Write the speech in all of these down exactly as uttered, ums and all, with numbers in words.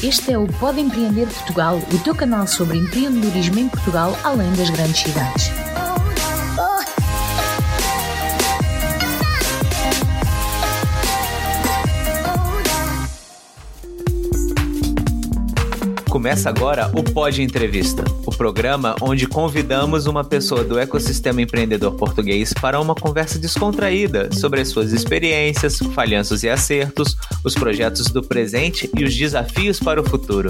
Este é o Pode Empreender Portugal, o teu canal sobre empreendedorismo em Portugal, além das grandes cidades. Começa agora o Pod Entrevista, o programa onde convidamos uma pessoa do ecossistema empreendedor português para uma conversa descontraída sobre as suas experiências, falhanços e acertos, os projetos do presente e os desafios para o futuro.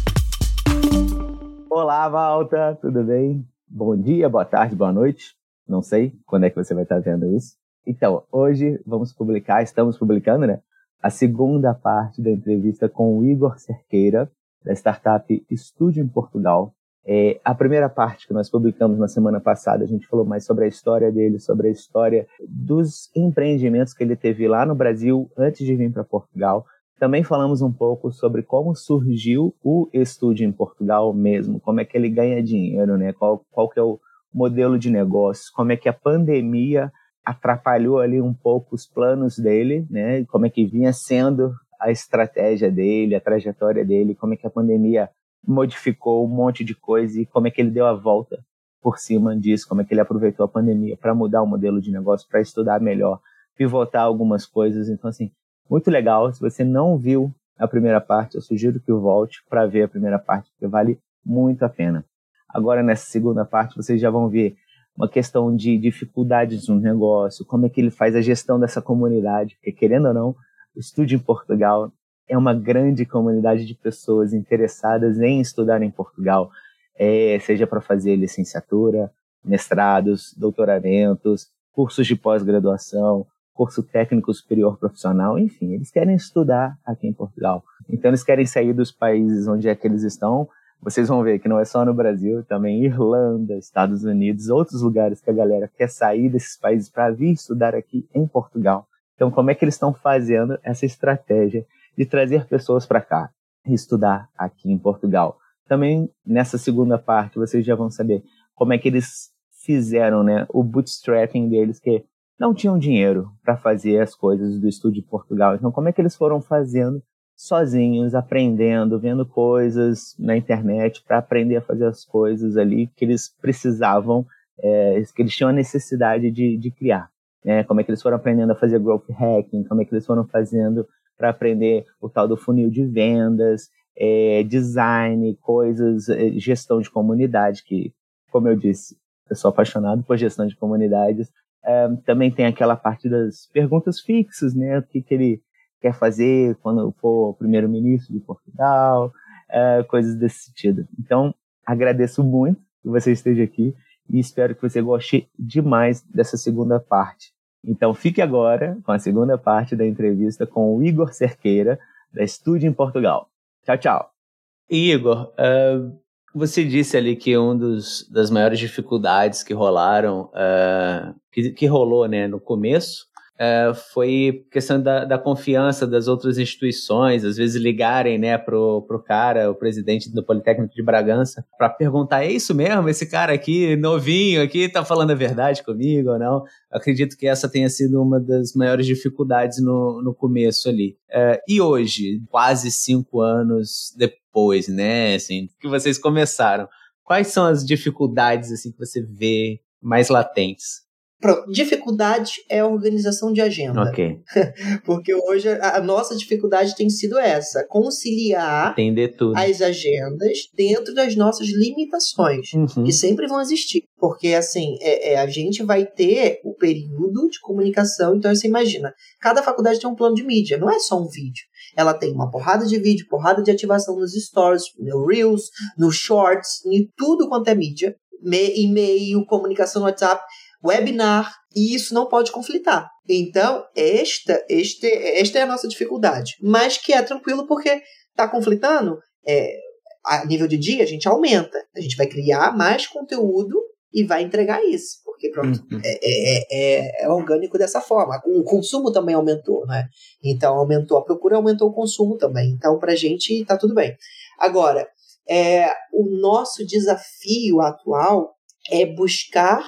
Olá, Valta, tudo bem? Bom dia, boa tarde, boa noite. Não sei quando é que você vai estar vendo isso. Então, hoje vamos publicar, estamos publicando, né? A segunda parte da entrevista com o Igor Cerqueira, da startup Estúdio em Portugal. É, a primeira parte que nós publicamos na semana passada, a gente falou mais sobre a história dele, sobre a história dos empreendimentos que ele teve lá no Brasil antes de vir para Portugal. Também falamos um pouco sobre como surgiu o Estúdio em Portugal mesmo, como é que ele ganha dinheiro, né? Qual, qual que é o modelo de negócios, como é que a pandemia atrapalhou ali um pouco os planos dele, né? Como é que vinha sendo a estratégia dele, a trajetória dele, como é que a pandemia modificou um monte de coisa e como é que ele deu a volta por cima disso, como é que ele aproveitou a pandemia para mudar o modelo de negócio, para estudar melhor, pivotar algumas coisas. Então, assim, muito legal. Se você não viu a primeira parte, eu sugiro que volte para ver a primeira parte, porque vale muito a pena. Agora, nessa segunda parte, vocês já vão ver uma questão de dificuldades no negócio, como é que ele faz a gestão dessa comunidade, porque, querendo ou não, o Estúdio em Portugal é uma grande comunidade de pessoas interessadas em estudar em Portugal, é, seja para fazer licenciatura, mestrados, doutoramentos, cursos de pós-graduação, curso técnico superior profissional, enfim, eles querem estudar aqui em Portugal. Então eles querem sair dos países onde é que eles estão. Vocês vão ver que não é só no Brasil, também Irlanda, Estados Unidos, outros lugares que a galera quer sair desses países para vir estudar aqui em Portugal. Então, como é que eles estão fazendo essa estratégia de trazer pessoas para cá e estudar aqui em Portugal? Também, nessa segunda parte, vocês já vão saber como é que eles fizeram, né, o bootstrapping deles, que não tinham dinheiro para fazer as coisas do Estúdio em Portugal. Então, como é que eles foram fazendo sozinhos, aprendendo, vendo coisas na internet para aprender a fazer as coisas ali que eles precisavam, é, que eles tinham a necessidade de, de criar. É, como é que eles foram aprendendo a fazer growth hacking, como é que eles foram fazendo para aprender o tal do funil de vendas, é, design, coisas, é, gestão de comunidade, que, como eu disse, eu sou apaixonado por gestão de comunidades. É, também tem aquela parte das perguntas fixas, né? O que, que ele quer fazer quando for o primeiro-ministro de Portugal, é, coisas desse sentido. Então, agradeço muito que você esteja aqui e espero que você goste demais dessa segunda parte. Então, fique agora com a segunda parte da entrevista com o Igor Cerqueira, da Estúdio em Portugal. Tchau, tchau. Igor, uh, você disse ali que uma das maiores dificuldades que rolaram, uh, que, que rolou, né, no começo, Uh, foi questão da, da confiança das outras instituições, às vezes ligarem, né, pro, pro cara, o presidente do Politécnico de Bragança, para perguntar, é isso mesmo? Esse cara aqui, novinho aqui, tá falando a verdade comigo ou não? Eu acredito que essa tenha sido uma das maiores dificuldades no, no começo ali. Uh, e hoje, quase cinco anos depois, né, assim, que vocês começaram, quais são as dificuldades, assim, que você vê mais latentes? Pronto, dificuldade é a organização de agenda. Ok. Porque hoje a nossa dificuldade tem sido essa, conciliar Entender tudo. As agendas dentro das nossas limitações, uhum. que sempre vão existir. Porque, assim, é, é, a gente vai ter o período de comunicação, então você imagina, cada faculdade tem um plano de mídia, não é só um vídeo. Ela tem uma porrada de vídeo, porrada de ativação nos stories, no Reels, no Shorts, em tudo quanto é mídia, e-mail, comunicação no WhatsApp, webinar, e isso não pode conflitar. Então, esta, este, esta é a nossa dificuldade. Mas que é tranquilo porque está conflitando, é, a nível de dia a gente aumenta. A gente vai criar mais conteúdo e vai entregar isso. Porque pronto, uhum. é, é, é, é orgânico dessa forma. O consumo também aumentou, né? Então, aumentou a procura, aumentou o consumo também. Então, para a gente está tudo bem. Agora, é, o nosso desafio atual é buscar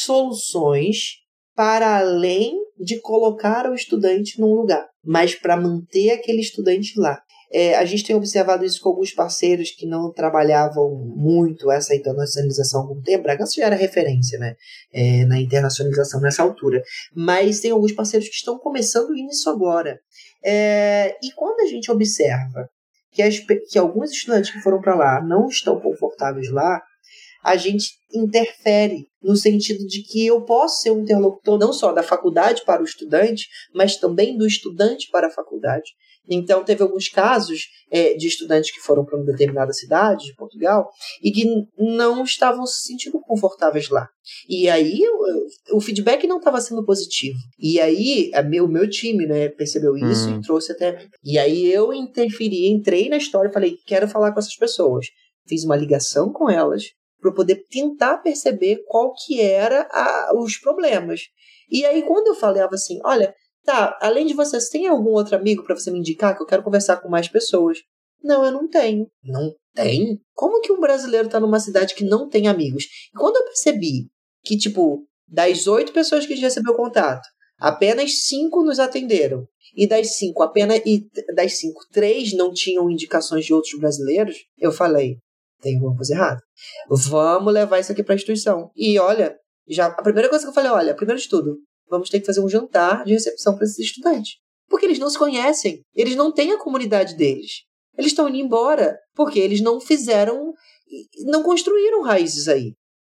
soluções para além de colocar o estudante num lugar, mas para manter aquele estudante lá. É, a gente tem observado isso com alguns parceiros que não trabalhavam muito essa internacionalização há algum tempo. Bragança já era referência, né? É, na internacionalização nessa altura. Mas tem alguns parceiros que estão começando isso agora. É, e quando a gente observa que, as, que alguns estudantes que foram para lá não estão confortáveis lá, a gente interfere no sentido de que eu posso ser um interlocutor não só da faculdade para o estudante, mas também do estudante para a faculdade. Então, teve alguns casos é, de estudantes que foram para uma determinada cidade de Portugal e que não estavam se sentindo confortáveis lá. E aí, o, o feedback não estava sendo positivo. E aí, a meu, o meu time, né, percebeu isso hum. e trouxe até... E aí, eu interferi, entrei na história e falei, quero falar com essas pessoas. Fiz uma ligação com elas para poder tentar perceber qual que era a, os problemas. E aí, quando eu falava assim, olha... Tá, além de você, você tem algum outro amigo pra você me indicar que eu quero conversar com mais pessoas? Não, eu não tenho. Não tem? Como que um brasileiro tá numa cidade que não tem amigos? E quando eu percebi que, tipo, das oito pessoas que a gente recebeu contato, apenas cinco nos atenderam, e das cinco, apenas e das cinco, três não tinham indicações de outros brasileiros, eu falei, tem alguma coisa errada. Vamos levar isso aqui pra instituição. E olha, já, a primeira coisa que eu falei, olha, primeiro de tudo, vamos ter que fazer um jantar de recepção para esses estudantes. Porque eles não se conhecem. Eles não têm a comunidade deles. Eles estão indo embora porque eles não fizeram, não construíram raízes aí.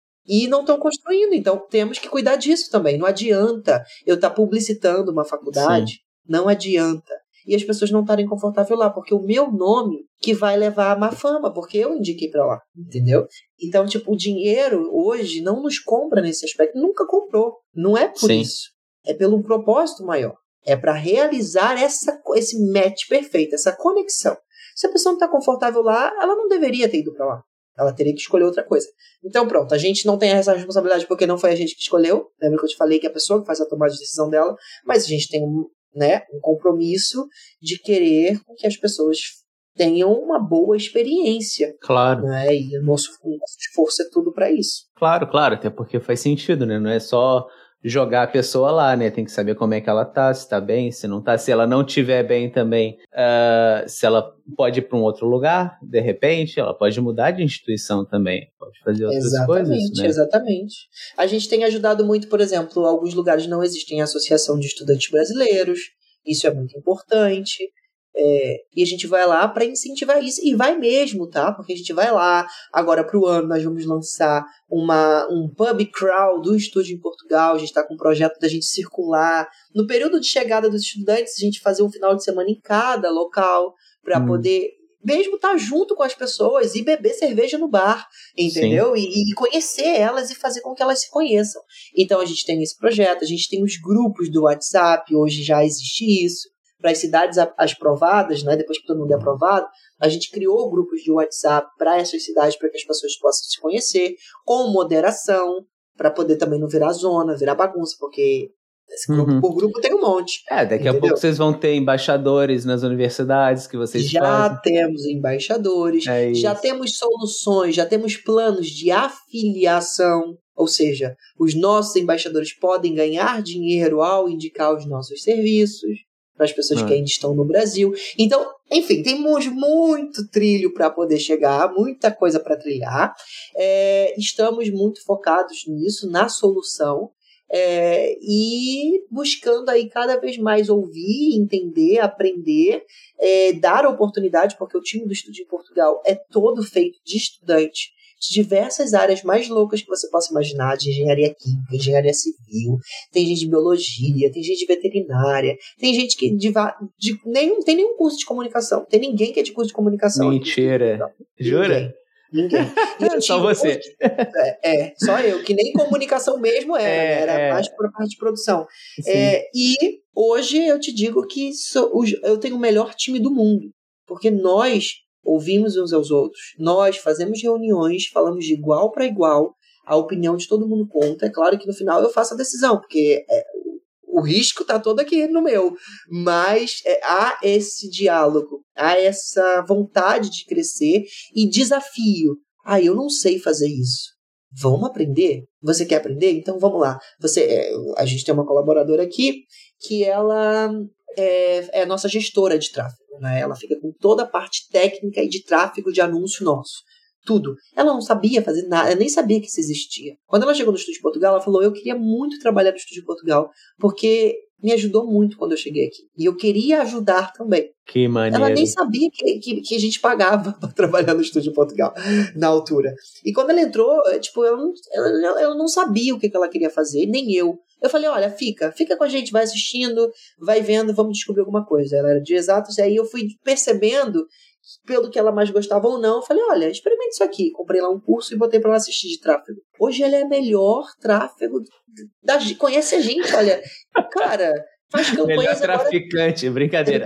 E não estão construindo. Então, temos que cuidar disso também. Não adianta eu estar publicitando uma faculdade. Sim. Não adianta. E as pessoas não estarem confortáveis lá, porque o meu nome que vai levar a má fama, porque eu indiquei para lá, entendeu? Então, tipo, o dinheiro hoje não nos compra nesse aspecto, nunca comprou. Não é por Sim. isso. É pelo um propósito maior. É para realizar essa, esse match perfeito, essa conexão. Se a pessoa não está confortável lá, ela não deveria ter ido para lá. Ela teria que escolher outra coisa. Então, pronto, a gente não tem essa responsabilidade porque não foi a gente que escolheu. Lembra que eu te falei que é a pessoa que faz a tomada de decisão dela, mas a gente tem um né, um compromisso de querer que as pessoas tenham uma boa experiência. Claro. Né, e o nosso, o nosso esforço é tudo para isso. Claro, claro, até porque faz sentido, né? Não é só jogar a pessoa lá, né? Tem que saber como é que ela tá, se tá bem, se não tá. Se ela não tiver bem também, uh, se ela pode ir para um outro lugar, de repente, ela pode mudar de instituição também. Pode fazer outras exatamente, coisas, né? Exatamente. A gente tem ajudado muito, por exemplo, alguns lugares não existem associação de estudantes brasileiros. Isso é muito importante. É, e a gente vai lá para incentivar isso, e vai mesmo, tá? Porque a gente vai lá, agora para o ano nós vamos lançar uma, um pub crawl do estúdio em Portugal, a gente está com um projeto da gente circular, no período de chegada dos estudantes, a gente fazer um final de semana em cada local, para hum. poder mesmo estar tá junto com as pessoas e beber cerveja no bar, entendeu? E, e conhecer elas e fazer com que elas se conheçam. Então a gente tem esse projeto, a gente tem os grupos do WhatsApp, hoje já existe isso. Para as cidades as provadas, né, depois que todo mundo é aprovado, a gente criou grupos de WhatsApp para essas cidades, para que as pessoas possam se conhecer, com moderação, para poder também não virar zona, virar bagunça, porque esse grupo uhum. por grupo tem um monte. É, daqui entendeu? A pouco vocês vão ter embaixadores nas universidades que vocês já fazem. Já temos embaixadores, é já temos soluções, já temos planos de afiliação, ou seja, os nossos embaixadores podem ganhar dinheiro ao indicar os nossos serviços para as pessoas ah. que ainda estão no Brasil. Então, enfim, temos muito trilho para poder chegar, muita coisa para trilhar. É, estamos muito focados nisso, na solução, é, e buscando aí cada vez mais ouvir, entender, aprender, é, dar oportunidade, porque o time do Estúdio em Portugal é todo feito de estudante de diversas áreas mais loucas que você possa imaginar, de engenharia química, engenharia civil, tem gente de biologia, tem gente de veterinária, tem gente que de, de, nenhum, tem nenhum curso de comunicação, tem ninguém que é de curso de comunicação. Mentira. Aqui. Jura? Ninguém. ninguém. Só você. É, é, só eu, que nem comunicação mesmo era, é, né? Era é. mais para a parte de produção. É, e hoje eu te digo que sou, eu tenho o melhor time do mundo, porque nós ouvimos uns aos outros, nós fazemos reuniões, falamos de igual para igual, a opinião de todo mundo conta. É claro que no final eu faço a decisão, porque é, o risco está todo aqui no meu, mas é, há esse diálogo, há essa vontade de crescer e desafio. Ah, eu não sei fazer isso. Vamos aprender? Você quer aprender? Então vamos lá. Você, é, a gente tem uma colaboradora aqui que ela é, é a nossa gestora de tráfego. né? Ela fica com toda a parte técnica e de tráfego de anúncio nosso. Tudo. Ela não sabia fazer nada, ela nem sabia que isso existia. Quando ela chegou no Estúdio Portugal, ela falou, eu queria muito trabalhar no Estúdio Portugal, porque me ajudou muito quando eu cheguei aqui. E eu queria ajudar também. Que maneiro. Ela nem sabia que, que, que a gente pagava para trabalhar no Estúdio Portugal, na altura. E quando ela entrou, tipo, ela não, ela, ela não sabia o que ela queria fazer, nem eu. Eu falei, olha, fica, fica com a gente, vai assistindo, vai vendo, vamos descobrir alguma coisa. Ela era de exatos, e aí eu fui percebendo pelo que ela mais gostava ou não, eu falei, olha, experimente isso aqui. Comprei lá um curso e botei pra ela assistir de tráfego. Hoje ela é a melhor tráfego da, conhece a gente, olha, cara, faz campanhas melhor agora... traficante, brincadeira.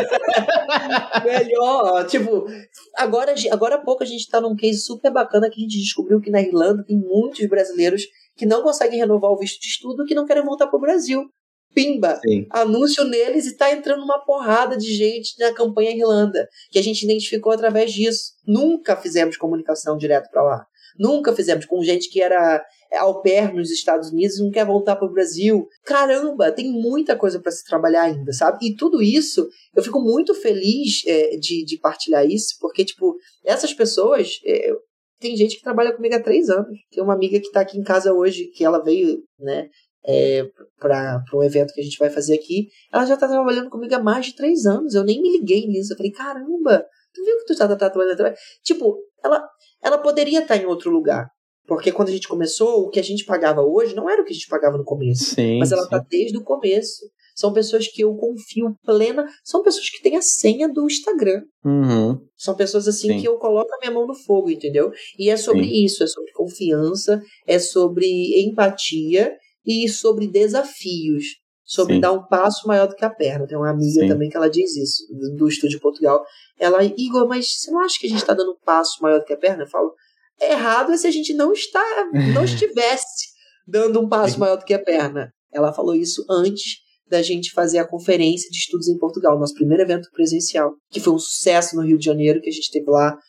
Melhor, tipo, agora, agora há pouco a gente tá num case super bacana que a gente descobriu que na Irlanda tem muitos brasileiros que não conseguem renovar o visto de estudo, que não querem voltar pro Brasil. Pimba, Sim. anúncio neles e tá entrando uma porrada de gente na campanha Irlanda, que a gente identificou através disso. Nunca fizemos comunicação direto para lá. Nunca fizemos com gente que era au pair nos Estados Unidos e não quer voltar para o Brasil. Caramba, tem muita coisa para se trabalhar ainda, sabe? E tudo isso, eu fico muito feliz é, de, de partilhar isso, porque, tipo, essas pessoas... É, tem gente que trabalha comigo há três anos. Tem uma amiga que está aqui em casa hoje, que ela veio, né... É, para um evento que a gente vai fazer aqui, ela já tá trabalhando comigo há mais de três anos, eu nem me liguei nisso, eu falei, caramba, tu viu que tu tá, tá, tá trabalhando? Tipo, ela, ela poderia estar em outro lugar, porque quando a gente começou, o que a gente pagava hoje não era o que a gente pagava no começo, sim, mas ela sim. tá desde o começo. São pessoas que eu confio plena, são pessoas que têm a senha do Instagram. Uhum. São pessoas assim Sim. que eu coloco a minha mão no fogo, entendeu? E é sobre Sim. isso, é sobre confiança, é sobre empatia e sobre desafios, sobre Sim. dar um passo maior do que a perna. Tem uma amiga Sim. também que ela diz isso, do Estúdio Portugal. Ela, Igor, mas você não acha que a gente está dando um passo maior do que a perna? Eu falo, errado é se a gente não, está, não estivesse dando um passo Sim. maior do que a perna. Ela falou isso antes da gente fazer a conferência de estudos em Portugal, nosso primeiro evento presencial, que foi um sucesso no Rio de Janeiro, que a gente teve lá.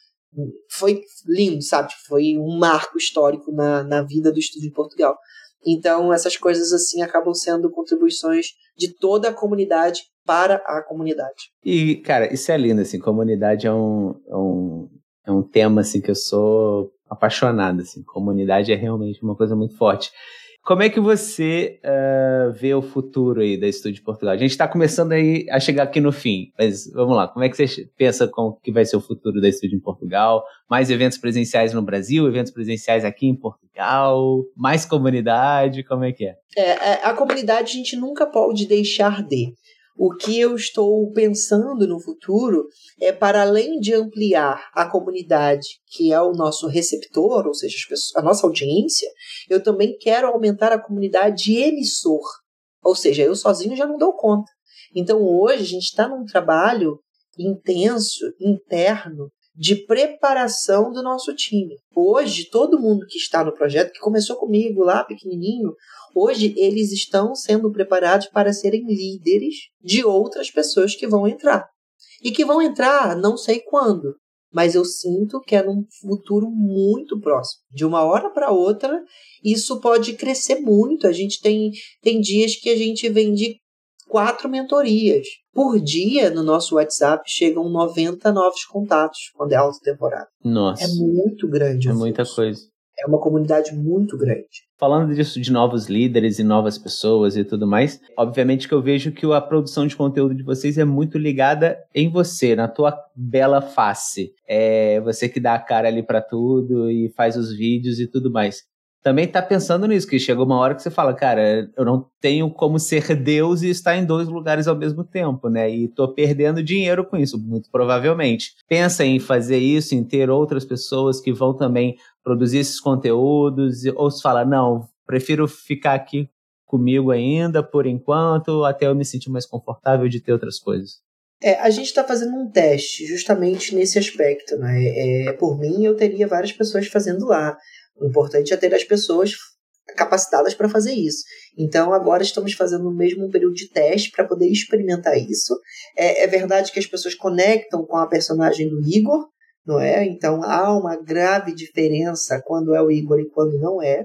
Foi lindo, sabe? Foi um marco histórico na, na vida do Estúdio em Portugal. Então, essas coisas assim acabam sendo contribuições de toda a comunidade para a comunidade. E, cara, isso é lindo, assim, comunidade é um, é um, é um tema, assim, que eu sou apaixonado, assim, comunidade é realmente uma coisa muito forte. Como é que você uh, vê o futuro aí da Estúdio Portugal? A gente está começando aí a chegar aqui no fim, mas vamos lá, como é que você pensa com que vai ser o futuro da Estúdio em Portugal? Mais eventos presenciais no Brasil, eventos presenciais aqui em Portugal, mais comunidade, como é que é? É, a comunidade a gente nunca pode deixar de. O que eu estou pensando no futuro é, para além de ampliar a comunidade, que é o nosso receptor, ou seja, as pessoas, a nossa audiência, eu também quero aumentar a comunidade de emissor. Ou seja, eu sozinho já não dou conta. Então, hoje, a gente está num trabalho intenso, interno, de preparação do nosso time. Hoje, todo mundo que está no projeto, que começou comigo lá, pequenininho, hoje eles estão sendo preparados para serem líderes de outras pessoas que vão entrar. E que vão entrar, não sei quando, mas eu sinto que é num futuro muito próximo. De uma hora para outra, isso pode crescer muito. A gente tem, tem dias que a gente vende quatro mentorias. Por dia, no nosso WhatsApp, chegam noventa novos contatos, quando é alta temporada. Nossa. É muito grande. É muita coisa. É uma comunidade muito grande. Falando disso de novos líderes e novas pessoas e tudo mais, obviamente que eu vejo que a produção de conteúdo de vocês é muito ligada em você, na tua bela face. É você que dá a cara ali pra tudo e faz os vídeos e tudo mais. Também tá pensando nisso, que chegou uma hora que você fala, cara, eu não tenho como ser Deus e estar em dois lugares ao mesmo tempo, né? E tô perdendo dinheiro com isso, muito provavelmente. Pensa em fazer isso, em ter outras pessoas que vão também produzir esses conteúdos, ou se fala, não, prefiro ficar aqui comigo ainda, por enquanto, até eu me sentir mais confortável de ter outras coisas. É, a gente está fazendo um teste justamente nesse aspecto, né? É, por mim, eu teria várias pessoas fazendo lá. O importante é ter as pessoas capacitadas para fazer isso. Então, agora estamos fazendo o mesmo período de teste para poder experimentar isso. É, é verdade que as pessoas conectam com a personagem do Igor, não é? Então, há uma grave diferença quando é o Igor e quando não é.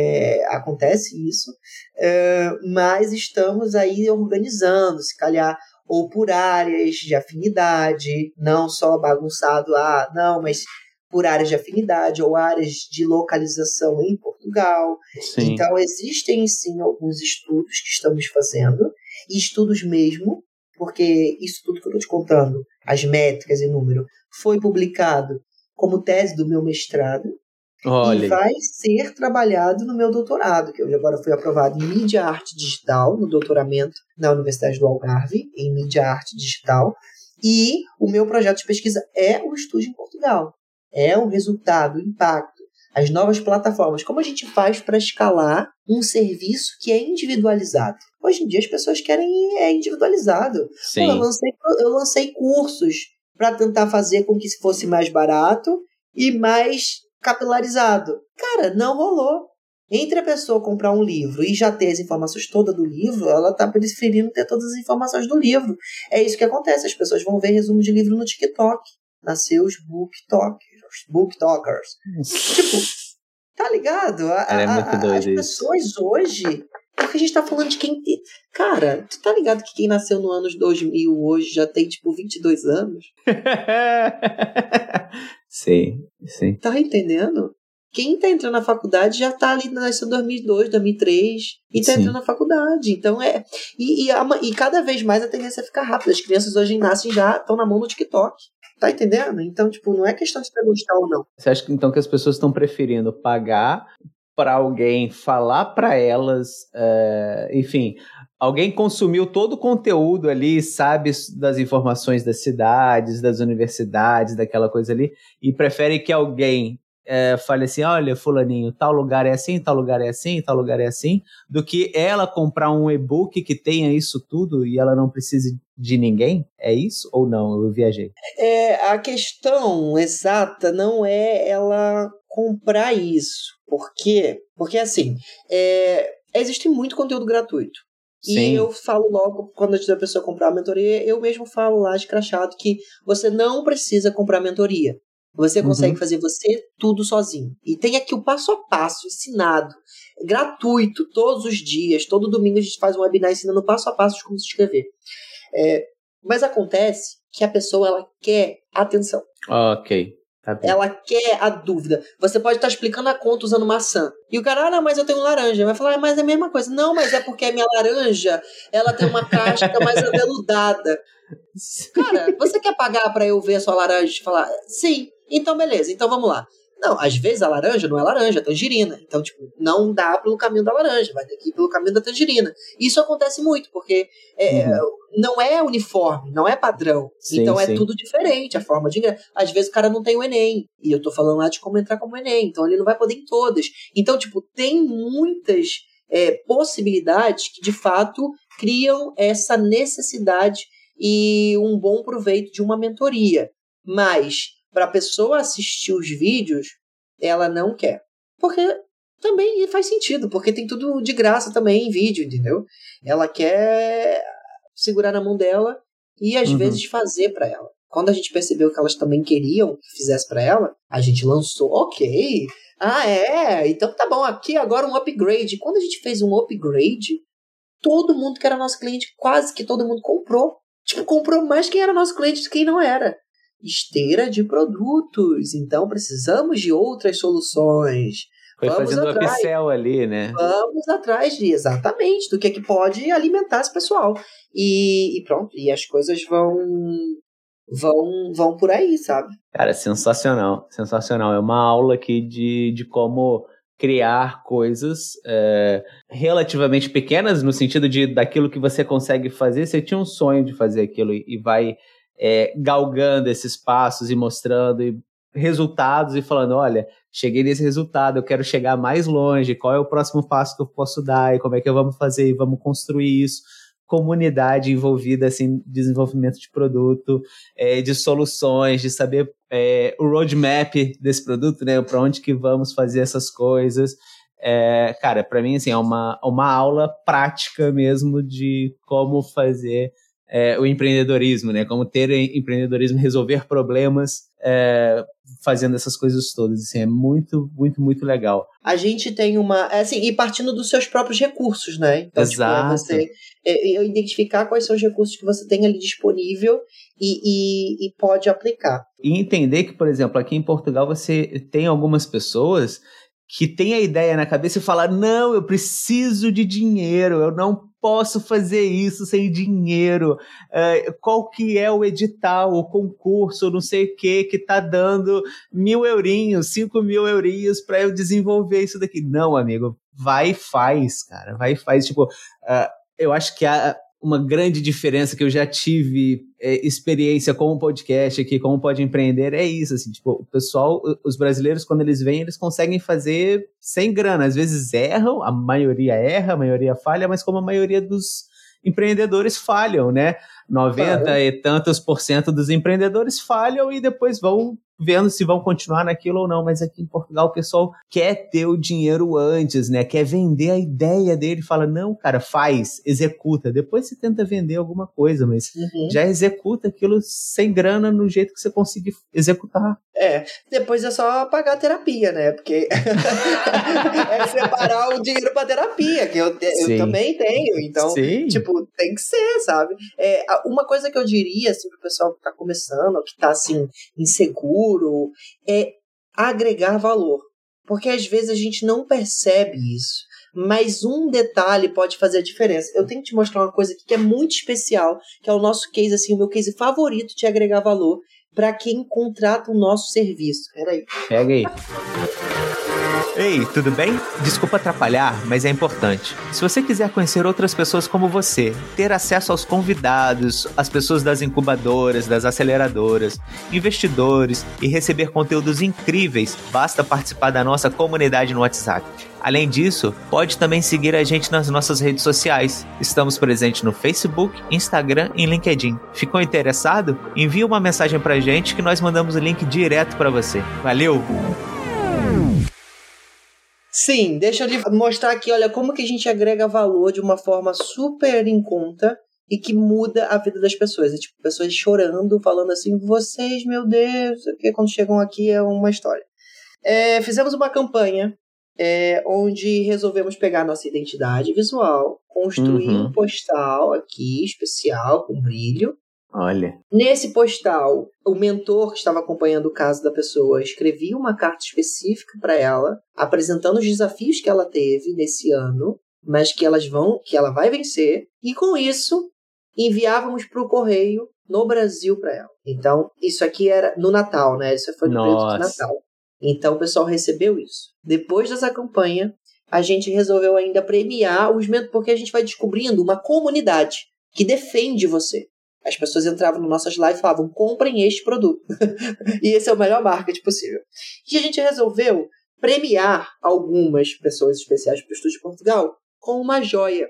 é acontece isso. É, mas estamos aí organizando, se calhar ou por áreas de afinidade, não só bagunçado, ah, não, mas por áreas de afinidade ou áreas de localização em Portugal. Sim. Então, existem, sim, alguns estudos que estamos fazendo, e estudos mesmo, porque isso tudo que eu estou te contando, as métricas e número, foi publicado como tese do meu mestrado. Olha. E vai ser trabalhado no meu doutorado, que eu agora fui aprovado em mídia arte digital, no doutoramento na Universidade do Algarve, em mídia arte digital. E o meu projeto de pesquisa é o Estude em Portugal. É o resultado, o impacto, as novas plataformas. Como a gente faz para escalar um serviço que é individualizado? Hoje em dia as pessoas querem é individualizado. Sim. Pô, eu, lancei, eu lancei cursos para tentar fazer com que fosse mais barato e mais capilarizado. Cara, não rolou. Entre a pessoa comprar um livro e já ter as informações todas do livro, ela está preferindo ter todas as informações do livro. É isso que acontece. As pessoas vão ver resumo de livro no TikTok. Nasceu os booktalkers. Os booktalkers. Tipo, tá ligado? A, é muito a, doido as isso. pessoas hoje... Porque a gente tá falando de quem... Cara, tu tá ligado que quem nasceu no anos dois mil hoje já tem, tipo, vinte e dois anos? Sim, sim. Tá entendendo? Quem tá entrando na faculdade já tá ali, nasceu em dois mil e dois, dois mil e três, e tá sim. entrando na faculdade. Então é... E, e, a, e cada vez mais a tendência é ficar rápida. As crianças hoje nascem já estão na mão do TikTok. Tá entendendo? Então, tipo, não é questão de você gostar ou não. Você acha que, então, que as pessoas estão preferindo pagar para alguém falar para elas, uh, enfim, alguém consumiu todo o conteúdo ali, sabe das informações das cidades, das universidades, daquela coisa ali, e prefere que alguém uh, fale assim, olha, fulaninho, tal lugar é assim, tal lugar é assim, tal lugar é assim, do que ela comprar um e-book que tenha isso tudo e ela não precise de ninguém? É isso ou não? Eu viajei. É, a questão exata não é ela comprar isso. Por quê? Porque, assim, é, existe muito conteúdo gratuito. Sim. E eu falo logo, quando a pessoa comprar a mentoria, eu mesmo falo lá de crachado que você não precisa comprar a mentoria. Você consegue uhum. fazer você tudo sozinho. E tem aqui o passo a passo, ensinado, gratuito, todos os dias. Todo domingo a gente faz um webinar ensinando passo a passo de como se inscrever. É, mas acontece que a pessoa ela quer atenção. Ok. Tá bem. Ela quer a dúvida. Você pode estar explicando a conta usando maçã. E o cara, ah, não, mas eu tenho laranja. Vai falar, ah, mas é a mesma coisa. Não, mas é porque a minha laranja, ela tem uma casca mais aveludada. Cara, você quer pagar pra eu ver a sua laranja e falar, sim, então beleza, então vamos lá. Não, às vezes a laranja não é laranja, é tangerina. Então, tipo, não dá pelo caminho da laranja, vai ter que ir pelo caminho da tangerina. Isso acontece muito, porque é, uhum. não é uniforme, não é padrão. Sim, então é sim. tudo diferente, a forma de... Às vezes o cara não tem o Enem, e eu tô falando lá de como entrar como Enem, então ele não vai poder em todas. Então, tipo, tem muitas é, possibilidades que, de fato, criam essa necessidade e um bom proveito de uma mentoria. Mas... para a pessoa assistir os vídeos, ela não quer. Porque também faz sentido, porque tem tudo de graça também em vídeo, entendeu? Ela quer segurar na mão dela e às uhum. vezes fazer para ela. Quando a gente percebeu que elas também queriam que fizesse para ela, a gente lançou, ok, ah é, então tá bom, aqui agora um upgrade. Quando a gente fez um upgrade, todo mundo que era nosso cliente, quase que todo mundo comprou. Tipo, comprou mais quem era nosso cliente do que quem não era. Esteira de produtos, então precisamos de outras soluções. Foi Vamos fazendo um upsell ali, né? Vamos atrás de, exatamente, do que é que pode alimentar esse pessoal. E, e pronto, e as coisas vão, vão, vão por aí, sabe? Cara, sensacional, sensacional. É uma aula aqui de, de como criar coisas é, relativamente pequenas, no sentido de daquilo que você consegue fazer. Você tinha um sonho de fazer aquilo e, e vai... É, galgando esses passos e mostrando e resultados e falando, olha, cheguei nesse resultado, eu quero chegar mais longe, qual é o próximo passo que eu posso dar e como é que vamos fazer e vamos construir isso. Comunidade envolvida assim, desenvolvimento de produto, é, de soluções, de saber é, o roadmap desse produto, né, para onde que vamos fazer essas coisas. É, cara, para mim assim, é uma, uma aula prática mesmo de como fazer é, o empreendedorismo, né? Como ter empreendedorismo, resolver problemas, é, fazendo essas coisas todas. Assim, é muito, muito, muito legal. A gente tem uma... Assim, e partindo dos seus próprios recursos, né? Então, Exato. Tipo, é você é, identificar quais são os recursos que você tem ali disponível e, e, e pode aplicar. E entender que, por exemplo, aqui em Portugal você tem algumas pessoas que têm a ideia na cabeça e falam, não, eu preciso de dinheiro, eu não posso fazer isso sem dinheiro. Uh, qual que é o edital, o concurso, não sei o que, que tá dando mil eurinhos, cinco mil eurinhos para eu desenvolver isso daqui. Não, amigo, vai e faz, cara, vai e faz. Tipo, uh, eu acho que há uma grande diferença que eu já tive é, experiência com o podcast aqui, como Pode Empreender, é isso, assim, tipo, o pessoal, os brasileiros, quando eles vêm, eles conseguem fazer sem grana, às vezes erram, a maioria erra, a maioria falha, mas como a maioria dos empreendedores falham, né? noventa e tantos por cento dos empreendedores falham e depois vão vendo se vão continuar naquilo ou não, mas aqui em Portugal o pessoal quer ter o dinheiro antes, né? Quer vender a ideia dele, fala, não, cara, faz, executa, depois você tenta vender alguma coisa, mas uhum. já executa aquilo sem grana no jeito que você conseguir executar. É, depois é só pagar a terapia, né? Porque é separar o dinheiro pra terapia, que eu, eu também tenho, então, Sim. tipo, tem que ser, sabe? É, uma coisa que eu diria, assim, pro pessoal que tá começando, ou que tá, assim, inseguro, é agregar valor. Porque às vezes a gente não percebe isso. Mas um detalhe pode fazer a diferença. Eu tenho que te mostrar uma coisa aqui que é muito especial, que é o nosso case, assim, o meu case favorito de agregar valor para quem contrata o nosso serviço. Peraí. Pega aí. Ei, tudo bem? Desculpa atrapalhar, mas é importante. Se você quiser conhecer outras pessoas como você, ter acesso aos convidados, às pessoas das incubadoras, das aceleradoras, investidores e receber conteúdos incríveis, basta participar da nossa comunidade no WhatsApp. Além disso, pode também seguir a gente nas nossas redes sociais. Estamos presentes no Facebook, Instagram e LinkedIn. Ficou interessado? Envie uma mensagem pra gente que nós mandamos o link direto para você. Valeu! Sim, deixa eu lhe mostrar aqui, olha, como que a gente agrega valor de uma forma super em conta e que muda a vida das pessoas. É tipo, pessoas chorando, falando assim, vocês, meu Deus, porque quando chegam aqui é uma história. É, fizemos uma campanha é, onde resolvemos pegar nossa identidade visual, construir uhum. um postal aqui, especial, com brilho. Olha. Nesse postal, o mentor que estava acompanhando o caso da pessoa escrevia uma carta específica para ela, apresentando os desafios que ela teve nesse ano, mas que elas vão, que ela vai vencer, e com isso enviávamos para o correio no Brasil para ela. Então, isso aqui era no Natal, né? Isso foi no período de Natal. Então, o pessoal recebeu isso. Depois dessa campanha, a gente resolveu ainda premiar os mentores, porque a gente vai descobrindo uma comunidade que defende você. As pessoas entravam nas nossas lives e falavam, comprem este produto. E esse é o melhor marketing possível. E a gente resolveu premiar algumas pessoas especiais para o Estúdio de Portugal com uma joia.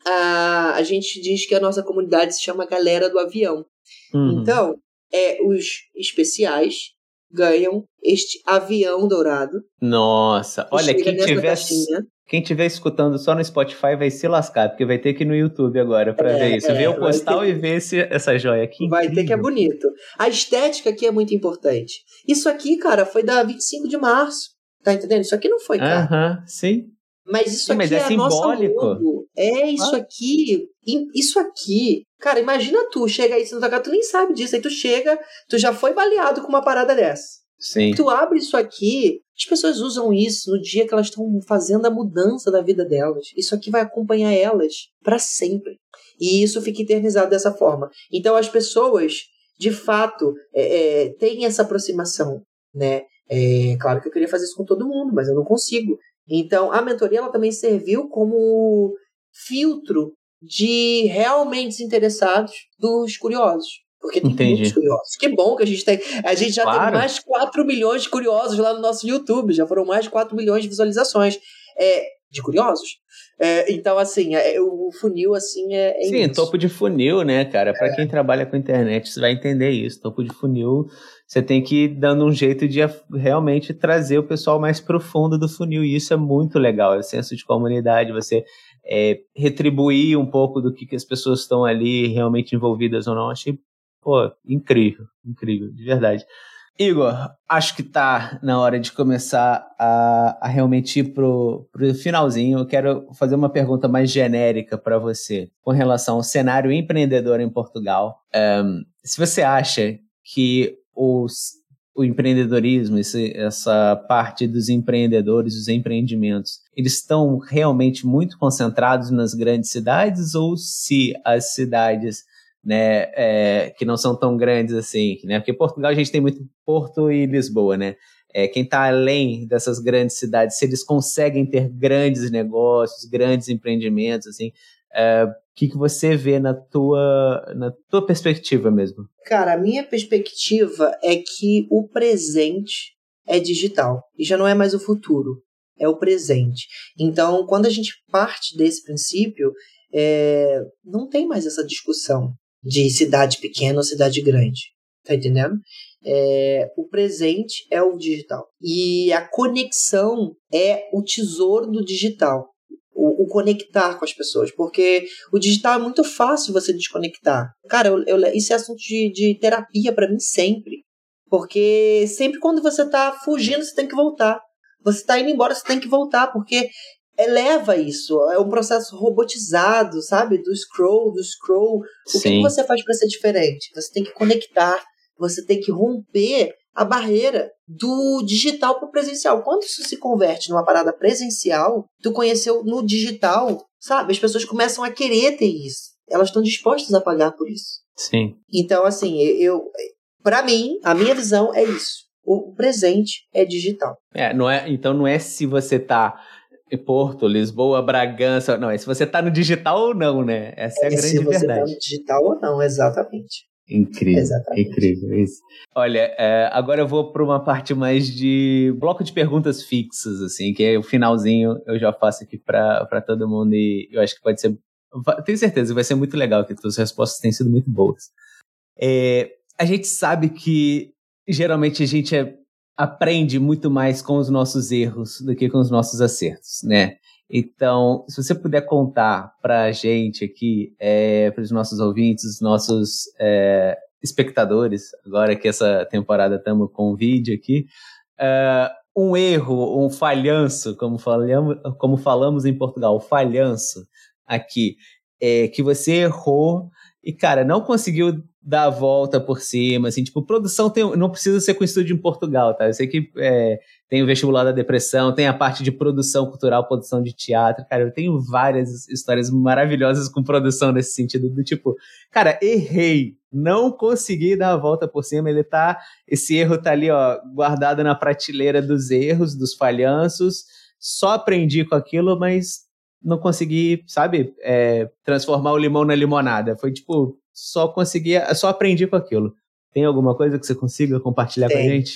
A, a gente diz que a nossa comunidade se chama Galera do Avião. Uhum. Então, é, os especiais ganham este avião dourado. Nossa, olha, quem tivesse... Quem estiver escutando só no Spotify vai se lascar, porque vai ter que ir no YouTube agora para é, ver isso. É, ver o postal e ver esse, essa joia aqui. Vai incrível. ter que é bonito. A estética aqui é muito importante. Isso aqui, cara, foi da vinte e cinco de março. Tá entendendo? Isso aqui não foi, cara. Aham, uh-huh, sim. Mas isso sim, aqui mas é, é a simbólico. nossa logo. É isso ah. aqui. Isso aqui. Cara, imagina tu, chega aí, tu nem sabe disso. Aí tu chega, tu já foi baleado com uma parada dessa. Sim. Tu abre isso aqui, as pessoas usam isso no dia que elas estão fazendo a mudança da vida delas. Isso aqui vai acompanhar elas para sempre. E isso fica eternizado dessa forma. Então as pessoas, de fato, é, é, têm essa aproximação, né? É, claro que eu queria fazer isso com todo mundo, mas eu não consigo. Então a mentoria ela também serviu como filtro de realmente interessados dos curiosos. Porque tem Entendi. muitos curiosos. Que bom que a gente tem. A gente já claro. tem mais de quatro milhões de curiosos lá no nosso YouTube. Já foram mais de quatro milhões de visualizações é, de curiosos. É, então, assim, é, o funil, assim, é, é Sim, imenso. Topo de funil, né, cara? Para é. quem trabalha com internet, você vai entender isso. Topo de funil, você tem que ir dando um jeito de realmente trazer o pessoal mais profundo do funil. E isso é muito legal. É o senso de comunidade, você... é, retribuir um pouco do que, que as pessoas estão ali realmente envolvidas ou não. Achei, pô, incrível, incrível, de verdade. Igor, acho que tá na hora de começar a, a realmente ir pro, pro finalzinho. Eu quero fazer uma pergunta mais genérica para você com relação ao cenário empreendedor em Portugal. Um, se você acha que os, o empreendedorismo, esse, essa parte dos empreendedores, os empreendimentos, eles estão realmente muito concentrados nas grandes cidades, ou se as cidades, né, é, que não são tão grandes assim, né? Porque Portugal a gente tem muito Porto e Lisboa, né? É, quem está além dessas grandes cidades, se eles conseguem ter grandes negócios, grandes empreendimentos, assim, é, o que, que você vê na tua, na tua perspectiva mesmo? Cara, a minha perspectiva é que o presente é digital e já não é mais o futuro, é o presente. Então, quando a gente parte desse princípio, é, não tem mais essa discussão de cidade pequena ou cidade grande, tá entendendo? É, o presente é o digital. E a conexão é o tesouro do digital. O, o conectar com as pessoas. Porque o digital é muito fácil você desconectar. Cara, eu, eu, isso é assunto de, de terapia pra mim sempre. Porque sempre quando você tá fugindo, você tem que voltar. Você tá indo embora, você tem que voltar. Porque eleva isso, é um processo robotizado, sabe? Do scroll, do scroll. O que, que você faz para ser diferente? Você tem que conectar, você tem que romper a barreira do digital para o presencial. Quando isso se converte numa parada presencial, tu conheceu no digital, sabe? As pessoas começam a querer ter isso. Elas estão dispostas a pagar por isso. Sim. Então, assim, eu, para mim, a minha visão é isso. O presente é digital. É, não é, então não é se você tá Porto, Lisboa, Bragança... Não, é se você tá no digital ou não, né? Essa é, é a grande verdade. Se você tá no digital ou não, exatamente. Incrível, exatamente. incrível isso. Olha, é, agora eu vou para uma parte mais de bloco de perguntas fixas, assim, que é o finalzinho, eu já faço aqui para todo mundo e eu acho que pode ser... Tenho certeza que vai ser muito legal, que as respostas têm sido muito boas. É, a gente sabe que geralmente a gente é... aprende muito mais com os nossos erros do que com os nossos acertos, né? Então, se você puder contar para a gente aqui, é, para os nossos ouvintes, os nossos é, espectadores, agora que essa temporada estamos com vídeo aqui, é, um erro, um falhanço, como falamos, como falamos em Portugal, falhanço aqui, é, que você errou e, cara, não conseguiu dar a volta por cima, assim, tipo, produção tem, não precisa ser com estúdio em Portugal, tá? Eu sei que é, tem o vestibular da depressão, tem a parte de produção cultural, produção de teatro, cara, eu tenho várias histórias maravilhosas com produção nesse sentido, do tipo, cara, errei, não consegui dar a volta por cima, ele tá, esse erro tá ali, ó, guardado na prateleira dos erros, dos falhanços, só aprendi com aquilo, mas não consegui, sabe, é, transformar o limão na limonada, foi tipo... Só conseguia, só aprendi com aquilo. Tem alguma coisa que você consiga compartilhar Tem. com a gente?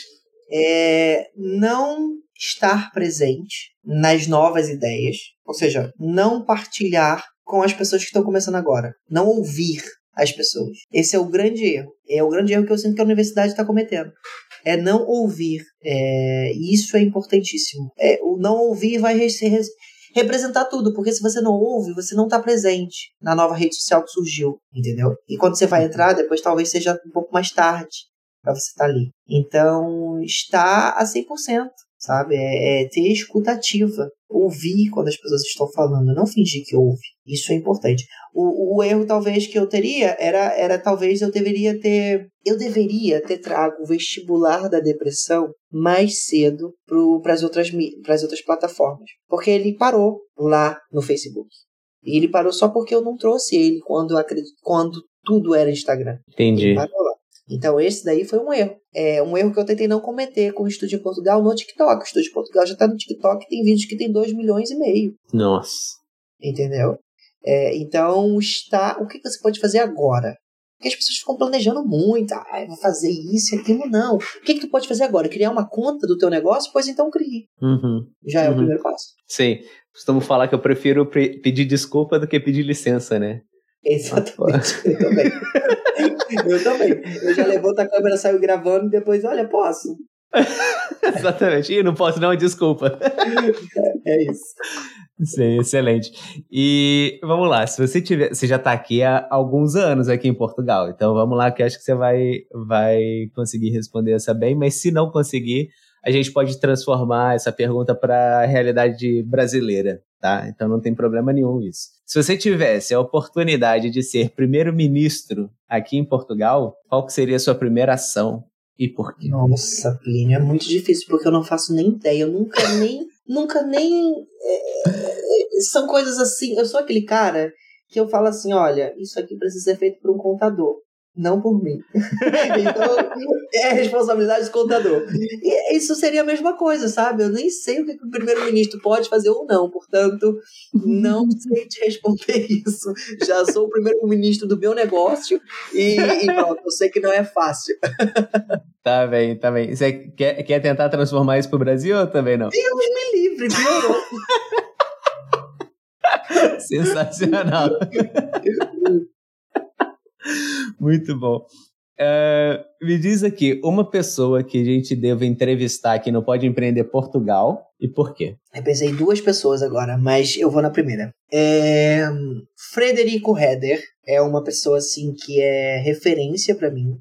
É, não estar presente nas novas ideias, ou seja, não partilhar com as pessoas que estão começando agora, não ouvir as pessoas. Esse é o grande erro. É o grande erro que eu sinto que a universidade está cometendo. É não ouvir. É, isso é importantíssimo. É, o não ouvir vai ser representar tudo, porque se você não ouve, você não está presente na nova rede social que surgiu, entendeu? E quando você vai entrar, depois talvez seja um pouco mais tarde para você estar tá ali. Então, está a cem por cento, sabe? É, é ter escutativa, ouvir quando as pessoas estão falando, não fingir que ouve. Isso é importante. O, o erro, talvez, que eu teria era, era talvez eu deveria ter... Eu deveria ter trago o vestibular da depressão mais cedo para as outras, outras plataformas. Porque ele parou lá no Facebook. E ele parou só porque eu não trouxe ele quando, quando tudo era Instagram. Entendi. Ele parou lá. Então esse daí foi um erro. É um erro que eu tentei não cometer com o Estúdio em Portugal no TikTok. O Estúdio em Portugal já está no TikTok, tem vídeos que tem dois milhões e meio. Nossa. Entendeu? É, então, está, o que você pode fazer agora? Porque as pessoas ficam planejando muito. Ah, vou fazer isso e aquilo. Não. O que, que tu pode fazer agora? Criar uma conta do teu negócio? Pois então crie. Uhum. Já é uhum. o primeiro passo. Sim. Costumo falar que eu prefiro pre- pedir desculpa do que pedir licença, né? Exatamente. Ah, eu também. eu também. Eu já levanto a câmera, saio gravando e depois, olha, posso. Exatamente. Ih, não posso não, desculpa. É, é isso. Sim, excelente. E vamos lá, se você tiver, você já está aqui há alguns anos aqui em Portugal, então vamos lá que eu acho que você vai, vai conseguir responder essa bem, mas se não conseguir, a gente pode transformar essa pergunta para a realidade brasileira, tá? Então não tem problema nenhum isso. Se você tivesse a oportunidade de ser primeiro-ministro aqui em Portugal, qual que seria a sua primeira ação e por quê? Nossa, Plínio, é muito difícil, porque eu não faço nem ideia, eu nunca nem, nunca nem, é, são coisas assim, eu sou aquele cara que eu falo assim, olha, isso aqui precisa ser feito por um contador, não por mim. Então, é responsabilidade do contador. E isso seria a mesma coisa, sabe? Eu nem sei o que o primeiro-ministro pode fazer ou não, portanto, não sei te responder isso. Já sou o primeiro-ministro do meu negócio e, e pronto, eu sei que não é fácil. Tá bem, tá bem. Você quer, quer tentar transformar isso pro Brasil ou também não? Deus me livre, piorou. Sensacional. Muito bom. Uh, me diz aqui, uma pessoa que a gente deve entrevistar aqui no Pode Empreender Portugal e por quê? Eu pensei em duas pessoas agora, mas eu vou na primeira. É... Frederico Heder é uma pessoa assim que é referência para mim.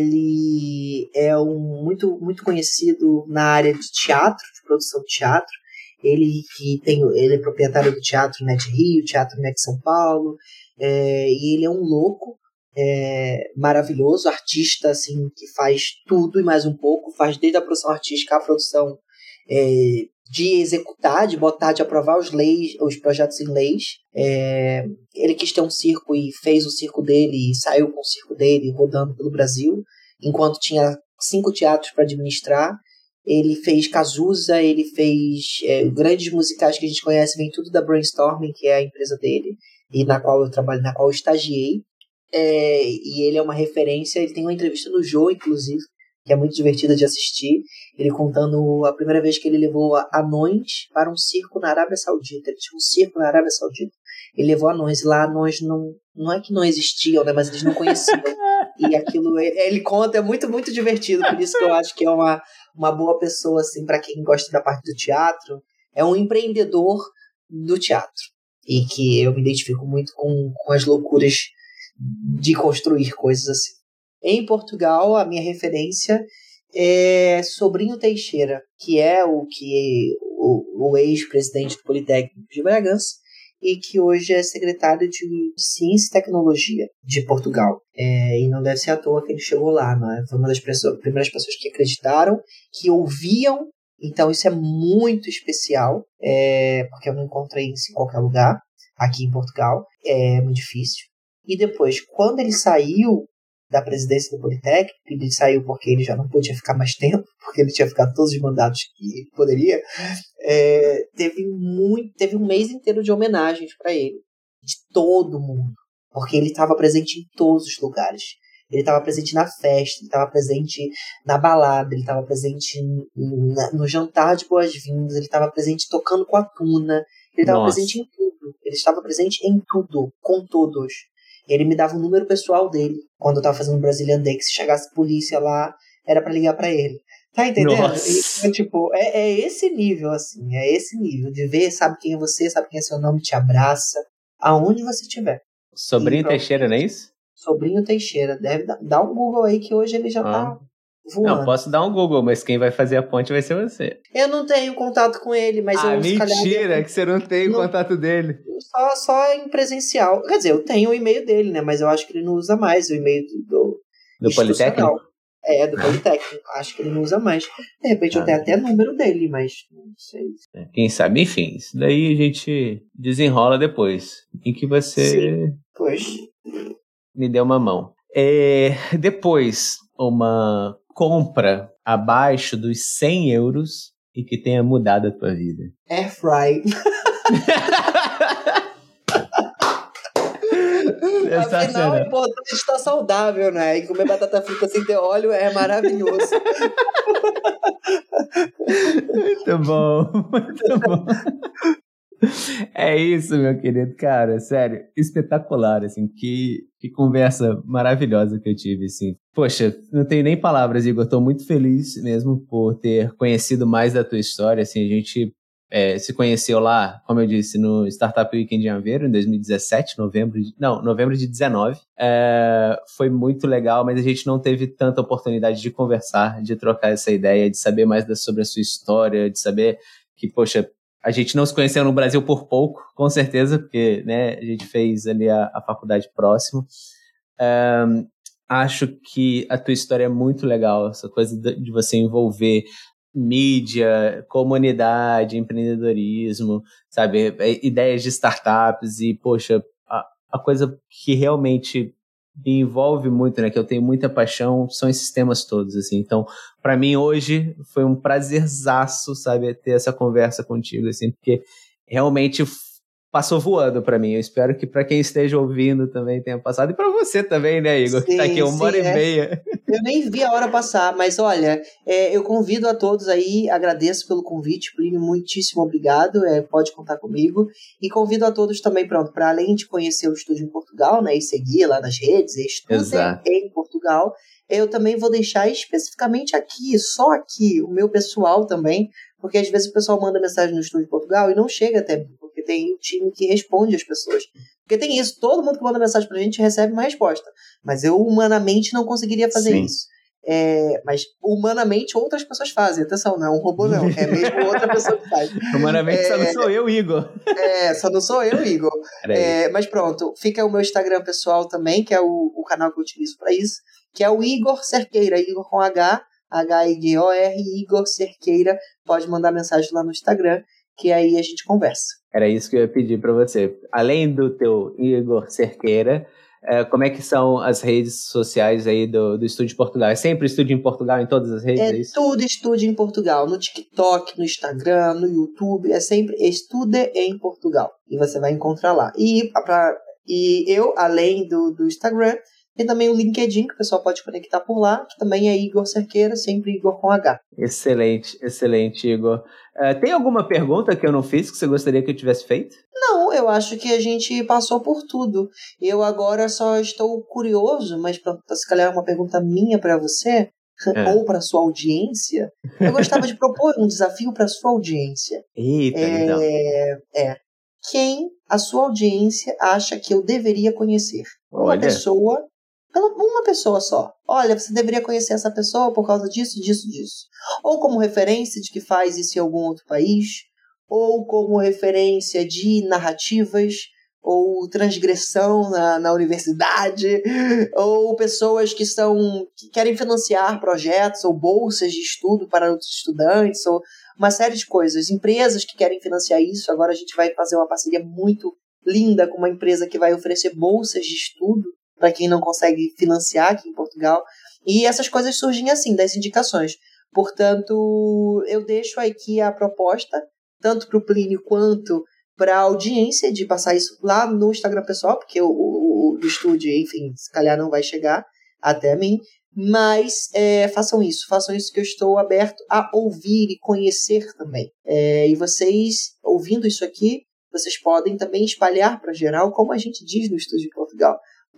Ele é um muito, muito conhecido na área de teatro, de produção de teatro. Ele que tem, ele é proprietário do Teatro Net Rio, Teatro Net São Paulo, é... e ele é um louco. É, maravilhoso, artista assim, que faz tudo e mais um pouco, faz desde a produção artística a produção é, de executar, de botar, de aprovar os, leis, os projetos em leis. É, ele quis ter um circo e fez o circo dele e saiu com o circo dele rodando pelo Brasil, enquanto tinha cinco teatros para administrar. Ele fez Cazuza, ele fez é, grandes musicais que a gente conhece, vem tudo da Brainstorming, que é a empresa dele, e na qual eu trabalho, na qual eu estagiei. É, e ele é uma referência, ele tem uma entrevista no Jô, inclusive, que é muito divertida de assistir, ele contando a primeira vez que ele levou anões para um circo na Arábia Saudita. Ele tinha um circo na Arábia Saudita, ele levou anões, e lá anões não, não é que não existiam, né, mas eles não conheciam, e aquilo, ele conta, é muito, muito divertido, por isso que eu acho que é uma, uma boa pessoa, assim, para quem gosta da parte do teatro, é um empreendedor do teatro, e que eu me identifico muito com, com as loucuras de construir coisas assim. Em Portugal, a minha referência é Sobrinho Teixeira, que é o, que, o, o ex-presidente do Politécnico de Bragança e que hoje é secretário de Ciência e Tecnologia de Portugal. É, e não deve ser à toa que ele chegou lá, né? Foi uma das pessoas, primeiras pessoas que acreditaram, que ouviam, então isso é muito especial, é, porque eu não encontrei isso em qualquer lugar, aqui em Portugal, é muito difícil. E depois, quando ele saiu da presidência do Politécnico, ele saiu porque ele já não podia ficar mais tempo, porque ele tinha ficado todos os mandatos que ele poderia, é, teve, muito, teve um mês inteiro de homenagens para ele, de todo mundo, porque ele estava presente em todos os lugares. Ele estava presente na festa, ele estava presente na balada, ele estava presente na, no jantar de boas-vindas, ele estava presente tocando com a Tuna, ele estava presente em tudo, ele estava presente em tudo, com todos. Ele me dava o número pessoal dele quando eu tava fazendo o Brazilian Day, que se chegasse polícia lá, era pra ligar pra ele. Tá entendendo? E, é, tipo, é, é esse nível, assim, é esse nível de ver, sabe quem é você, sabe quem é seu nome, te abraça, aonde você estiver. Sobrinho Teixeira, não é isso? Sobrinho Teixeira, deve dar, dar um Google aí que hoje ele já ah. tá voando. Não, posso dar um Google, mas quem vai fazer a ponte vai ser você. Eu não tenho contato com ele, mas ah, eu... Ah, mentira, calhar, que você não tem o contato dele. Só, só em presencial. Quer dizer, eu tenho o e-mail dele, né? Mas eu acho que ele não usa mais o e-mail do... Do, do Politécnico? É, do Politécnico. Acho que ele não usa mais. De repente ah. eu tenho até o número dele, mas não sei. Quem sabe, enfim. Isso daí a gente desenrola depois. Em que você... Sim, pois. Me deu uma mão. É, depois, uma compra abaixo dos cem euros e que tenha mudado a tua vida. Airfry. Afinal, é importante estar saudável, né? E comer batata frita sem ter óleo é maravilhoso. Muito bom, muito bom. É isso, meu querido, cara, sério, espetacular, assim, que, que conversa maravilhosa que eu tive, assim. Poxa, não tenho nem palavras, Igor, tô muito feliz mesmo por ter conhecido mais da tua história, assim, a gente é, se conheceu lá, como eu disse, no Startup Weekend em Aveiro, em dois mil e dezessete, novembro de, não, novembro de dezenove. É, foi muito legal, mas a gente não teve tanta oportunidade de conversar, de trocar essa ideia, de saber mais da, sobre a sua história, de saber que, poxa, a gente não se conheceu no Brasil por pouco, com certeza, porque, né, a gente fez ali a, a faculdade próximo. Um, acho que a tua história é muito legal, essa coisa de, de você envolver mídia, comunidade, empreendedorismo, sabe, ideias de startups e, poxa, a, a coisa que realmente me envolve muito, né, que eu tenho muita paixão, são esses temas todos, assim. Então, para mim hoje foi um prazerzaço, sabe, ter essa conversa contigo, assim, porque realmente passou voando para mim. Eu espero que para quem esteja ouvindo também tenha passado, e para você também, né, Igor, sim, que tá aqui uma sim, hora é. e meia. Eu nem vi a hora passar, mas olha, é, eu convido a todos aí, agradeço pelo convite, Plínio, muitíssimo obrigado, é, pode contar comigo, e convido a todos também, pronto, para além de conhecer o estúdio em Portugal, né, e seguir lá nas redes, Estúdio em Portugal, eu também vou deixar especificamente aqui, só aqui, o meu pessoal também, porque às vezes o pessoal manda mensagem no estúdio em Portugal e não chega até mim, porque tem um time que responde as pessoas. Porque tem isso, todo mundo que manda mensagem pra gente recebe uma resposta. Mas eu humanamente não conseguiria fazer Sim. isso. É, mas humanamente outras pessoas fazem. Atenção, não é um robô não, é mesmo outra pessoa que faz. Humanamente é, só não sou eu, Igor. É, só não sou eu, Igor. É, mas pronto, fica o meu Instagram pessoal também, que é o, o canal que eu utilizo pra isso, que é o Igor Cerqueira, Igor com H, H I G O R, Igor Cerqueira. Pode mandar mensagem lá no Instagram, que aí a gente conversa. Era isso que eu ia pedir para você. Além do teu Igor Cerqueira, é, como é que são as redes sociais aí do, do Estúdio Portugal? É sempre Estúdio em Portugal em todas as redes? É, é isso? Tudo Estúdio em Portugal. No TikTok, no Instagram, no YouTube. É sempre Estude em Portugal. E você vai encontrar lá. E, pra, e eu, além do, do Instagram, tem também o LinkedIn, que o pessoal pode conectar por lá, que também é Igor Cerqueira, sempre Igor com H. Excelente, excelente, Igor. Uh, tem alguma pergunta que eu não fiz que você gostaria que eu tivesse feito? Não, eu acho que a gente passou por tudo. Eu agora só estou curioso, mas pra, se calhar é uma pergunta minha para você, é. ou para sua audiência, eu gostava de propor um desafio para sua audiência. Eita, é, então. É. Quem a sua audiência acha que eu deveria conhecer? Uma Olha. pessoa... Uma pessoa só. Olha, você deveria conhecer essa pessoa por causa disso, disso, disso. Ou como referência de que faz isso em algum outro país, ou como referência de narrativas, ou transgressão na, na universidade, ou pessoas que, são, que querem financiar projetos, ou bolsas de estudo para outros estudantes, ou uma série de coisas. Empresas que querem financiar isso. Agora a gente vai fazer uma parceria muito linda com uma empresa que vai oferecer bolsas de estudo para quem não consegue financiar aqui em Portugal. E essas coisas surgem assim, das indicações. Portanto, eu deixo aqui a proposta, tanto para o Plínio quanto para a audiência, de passar isso lá no Instagram pessoal, porque o, o, o estúdio, enfim, se calhar não vai chegar até mim, mas é, façam isso, façam isso que eu estou aberto a ouvir e conhecer também. É, e vocês, ouvindo isso aqui, vocês podem também espalhar para geral, como a gente diz no Estúdio de Portugal.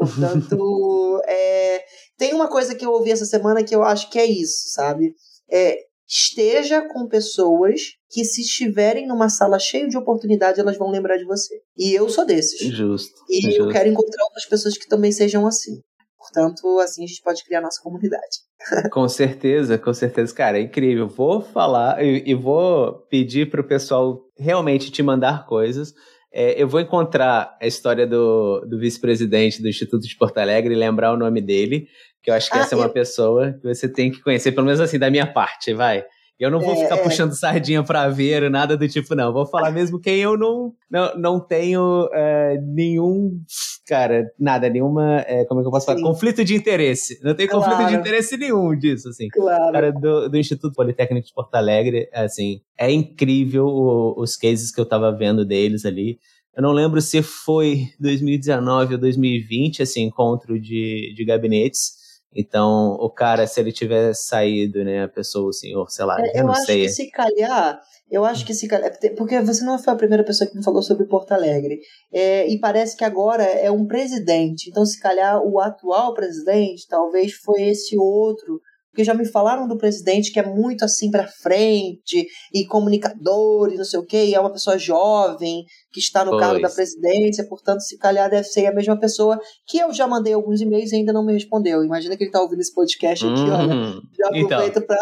Portanto, é, tem uma coisa que eu ouvi essa semana que eu acho que é isso, sabe? É, esteja com pessoas que, se estiverem numa sala cheia de oportunidade, elas vão lembrar de você. E eu sou desses. Justo. E justo. eu quero encontrar outras pessoas que também sejam assim. Portanto, assim a gente pode criar a nossa comunidade. Com certeza, com certeza. Cara, é incrível. Vou falar e, e vou pedir para o pessoal realmente te mandar coisas. É, eu vou encontrar a história do, do vice-presidente do Instituto de Porto Alegre e lembrar o nome dele, que eu acho que ah, essa é uma eu... pessoa que você tem que conhecer, pelo menos assim, da minha parte, vai. Eu não vou é, ficar é. puxando sardinha pra ver, nada do tipo, não. Vou falar mesmo quem eu não, não, não tenho é, nenhum, cara, nada, nenhuma, é, como é que eu posso Sim. falar? Conflito de interesse. Não tenho claro. conflito de interesse nenhum disso, assim. Claro. Cara, do, do Instituto Politécnico de Porto Alegre, assim, é incrível o, os cases que eu tava vendo deles ali. Eu não lembro se foi dois mil e dezenove ou dois mil e vinte, esse encontro de, de gabinetes. Então, o cara, se ele tiver saído, né, a pessoa, o senhor, sei lá, é, eu não acho sei. Que se calhar, eu acho que se calhar, porque você não foi a primeira pessoa que me falou sobre Porto Alegre, é, e parece que agora é um presidente, então se calhar o atual presidente, talvez foi esse outro, Porque já me falaram do presidente que é muito assim pra frente, e comunicador, e não sei o quê, e é uma pessoa jovem, que está no Pois. cargo da presidência, portanto, se calhar deve ser a mesma pessoa que eu já mandei alguns e-mails e ainda não me respondeu. Imagina que ele tá ouvindo esse podcast aqui, Uhum. olha, já aproveito Então.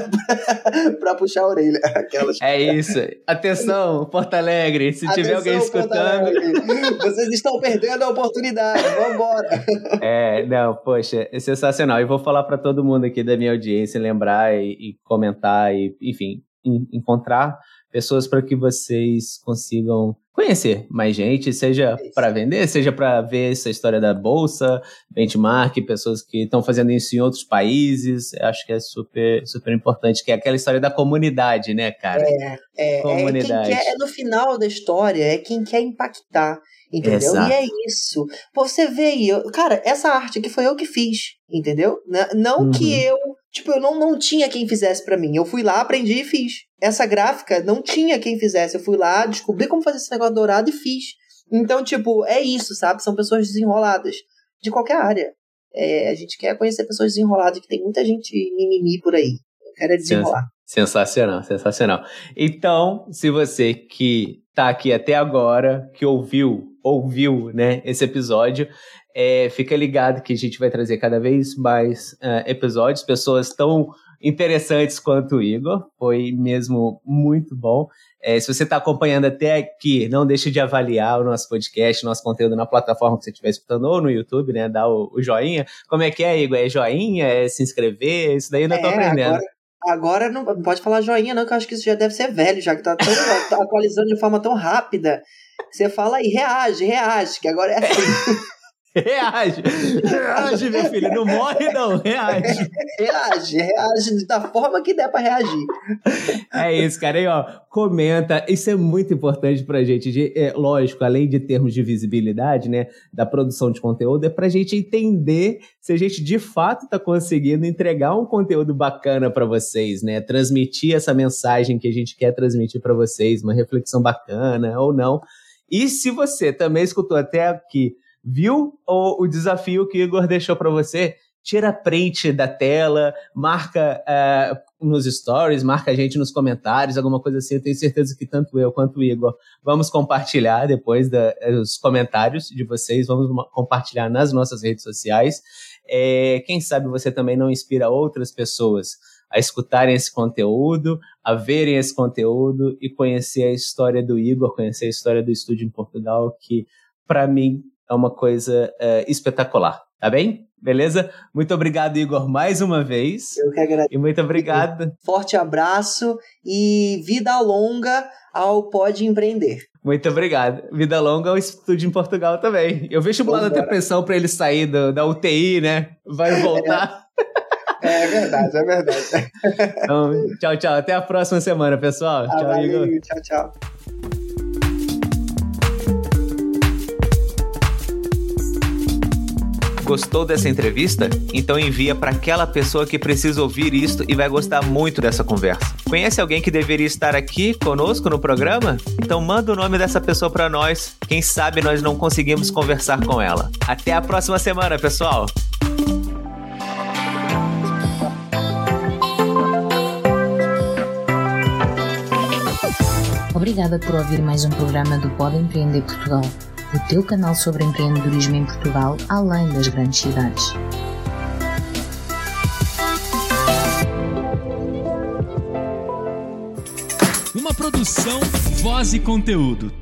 pra, pra puxar a orelha. Aquelas... É isso. Atenção, Porto Alegre, se tiver alguém Atenção, Porto escutando... Alegre. Vocês estão perdendo a oportunidade, vambora. É, não, poxa, é sensacional. E vou falar para todo mundo aqui da minha audiência, lembrar e, e comentar e, enfim, em, encontrar pessoas para que vocês consigam conhecer mais gente, seja para vender, seja para ver essa história da bolsa, benchmark, pessoas que estão fazendo isso em outros países. Acho que é super, super importante, que é aquela história da comunidade, né, cara? É, é, comunidade. É, quem quer, é no final da história, é quem quer impactar, entendeu? Exato. E é isso. Pô, você vê aí, eu, cara, essa arte aqui foi eu que fiz, entendeu? Não Uhum. que eu, tipo, eu não, não tinha quem fizesse pra mim. Eu fui lá, aprendi e fiz. Essa gráfica não tinha quem fizesse. Eu fui lá, descobri como fazer esse negócio dourado e fiz. Então, tipo, é isso, sabe? São pessoas desenroladas de qualquer área. É, a gente quer conhecer pessoas desenroladas, que tem muita gente mimimi por aí. Eu quero é desenrolar. Sensacional, sensacional. Então, se você que tá aqui até agora, que ouviu, ouviu, né, esse episódio, é, fica ligado que a gente vai trazer cada vez mais uh, episódios, pessoas tão interessantes quanto o Igor, foi mesmo muito bom. É, se você está acompanhando até aqui, não deixe de avaliar o nosso podcast, nosso conteúdo na plataforma que você estiver escutando, ou no YouTube, né, dá o, o joinha. Como é que é, Igor? É joinha? É se inscrever? Isso daí eu ainda estou É, aprendendo. Agora, agora não, não pode falar joinha não, que eu acho que isso já deve ser velho, já que tá, tão, tá atualizando de forma tão rápida. Você fala aí, reage, reage, que agora é assim. Reage, reage, meu filho, não morre não, reage. Reage, reage da forma que der pra reagir. É isso, cara, aí ó, comenta, isso é muito importante pra gente, de, é, lógico, além de termos de visibilidade, né, da produção de conteúdo, é pra gente entender se a gente de fato tá conseguindo entregar um conteúdo bacana pra vocês, né, transmitir essa mensagem que a gente quer transmitir pra vocês, uma reflexão bacana ou não. E se você também escutou até aqui, viu o, o desafio que o Igor deixou para você? Tira print da tela, marca uh, nos stories, marca a gente nos comentários, alguma coisa assim. Eu tenho certeza que tanto eu quanto o Igor vamos compartilhar depois da, os comentários de vocês, vamos compartilhar nas nossas redes sociais. É, quem sabe você também não inspira outras pessoas a escutarem esse conteúdo, a verem esse conteúdo e conhecer a história do Igor, conhecer a história do estúdio em Portugal, que para mim é uma coisa é, espetacular, tá bem? Beleza? Muito obrigado, Igor, mais uma vez. Eu que agradeço. E muito obrigado. Forte abraço e vida longa ao Pode Empreender. Muito obrigado. Vida longa ao Estúdio em Portugal também. Eu vejo o lado da pensão para ele sair do, da U T I, né? Vai voltar. É, é verdade, é verdade. Então, tchau, tchau. Até a próxima semana, pessoal. Ah, tchau, valeu, Igor. Tchau, tchau. Gostou dessa entrevista? Então envia para aquela pessoa que precisa ouvir isto e vai gostar muito dessa conversa. Conhece alguém que deveria estar aqui conosco no programa? Então manda o nome dessa pessoa para nós. Quem sabe nós não conseguimos conversar com ela. Até a próxima semana, pessoal! Obrigada por ouvir mais um programa do Pode Empreender Portugal, o teu canal sobre empreendedorismo em Portugal, além das grandes cidades. Uma produção, voz e conteúdo.